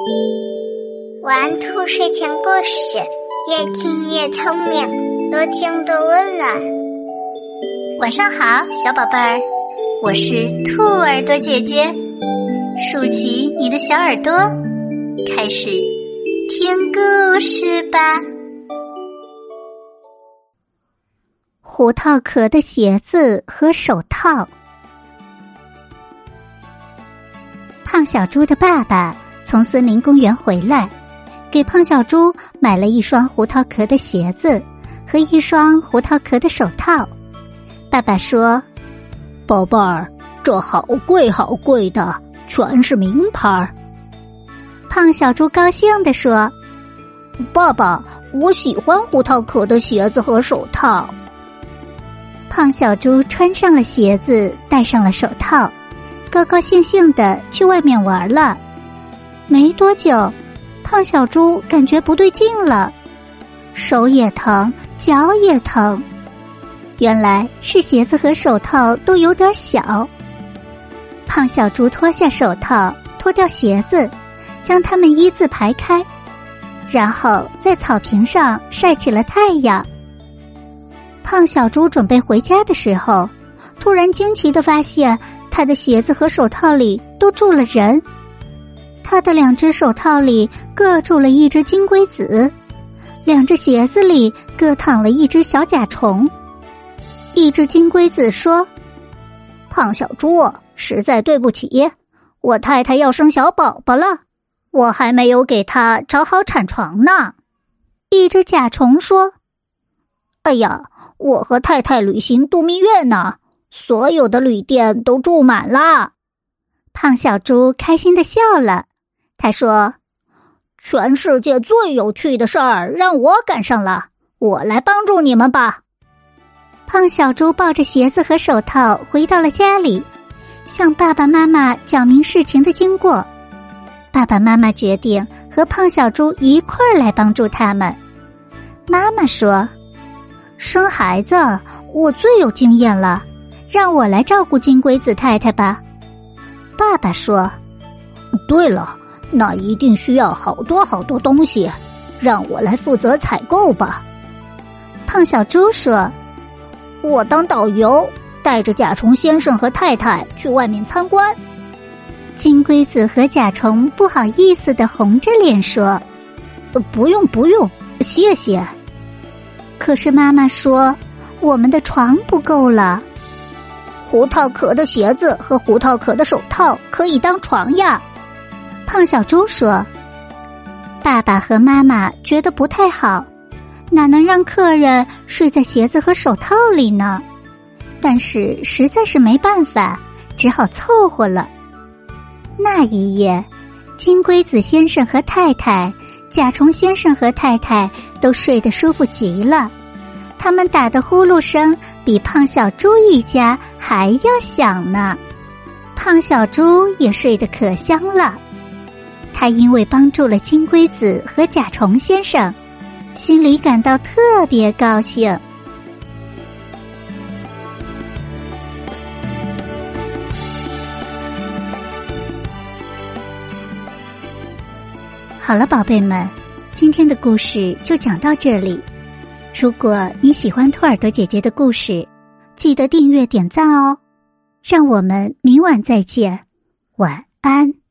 玩兔睡前故事，越听越聪明，多听多温暖。 晚上好，小宝贝儿，我是兔耳朵姐姐，竖起你的小耳朵，开始听故事吧。胡桃壳的鞋子和手套。胖小猪的爸爸从森林公园回来，给胖小猪买了一双胡桃壳的鞋子和一双胡桃壳的手套。爸爸说：“宝贝儿，这好贵好贵的，全是名牌。”胖小猪高兴地说：“爸爸，我喜欢胡桃壳的鞋子和手套。”胖小猪穿上了鞋子，戴上了手套，高高兴兴地去外面玩了。没多久，胖小猪感觉不对劲了，手也疼，脚也疼。原来是鞋子和手套都有点小。胖小猪脱下手套，脱掉鞋子，将它们一字排开，然后在草坪上晒起了太阳。胖小猪准备回家的时候，突然惊奇地发现他的鞋子和手套里都住了人。他的2只手套里各住了一只金龟子，2只鞋子里各躺了一只小甲虫。一只金龟子说：“胖小猪，实在对不起，我太太要生小宝宝了，我还没有给她找好产床呢。”一只甲虫说：“哎呀，我和太太旅行度蜜月呢，所有的旅店都住满了。”胖小猪开心地笑了，他说：“全世界最有趣的事儿让我赶上了，我来帮助你们吧。”胖小猪抱着鞋子和手套回到了家里，向爸爸妈妈讲明事情的经过。爸爸妈妈决定和胖小猪一块儿来帮助他们。妈妈说：“生孩子我最有经验了，让我来照顾金龟子太太吧。”爸爸说：“对了，那一定需要好多好多东西，让我来负责采购吧。”胖小猪说：“我当导游，带着甲虫先生和太太去外面参观。”金龟子和甲虫不好意思地红着脸说：“不用不用，谢谢。”可是妈妈说：“我们的床不够了。”胡桃壳的鞋子和胡桃壳的手套可以当床呀。胖小猪说：“爸爸和妈妈觉得不太好，哪能让客人睡在鞋子和手套里呢？但是实在是没办法，只好凑合了。”那一夜，金龟子先生和太太，甲虫先生和太太都睡得舒服极了，他们打的呼噜声比胖小猪一家还要响呢。胖小猪也睡得可香了，他因为帮助了金龟子和甲虫先生，心里感到特别高兴。好了，宝贝们，今天的故事就讲到这里。如果你喜欢兔耳朵姐姐的故事，记得订阅点赞哦。让我们明晚再见，晚安。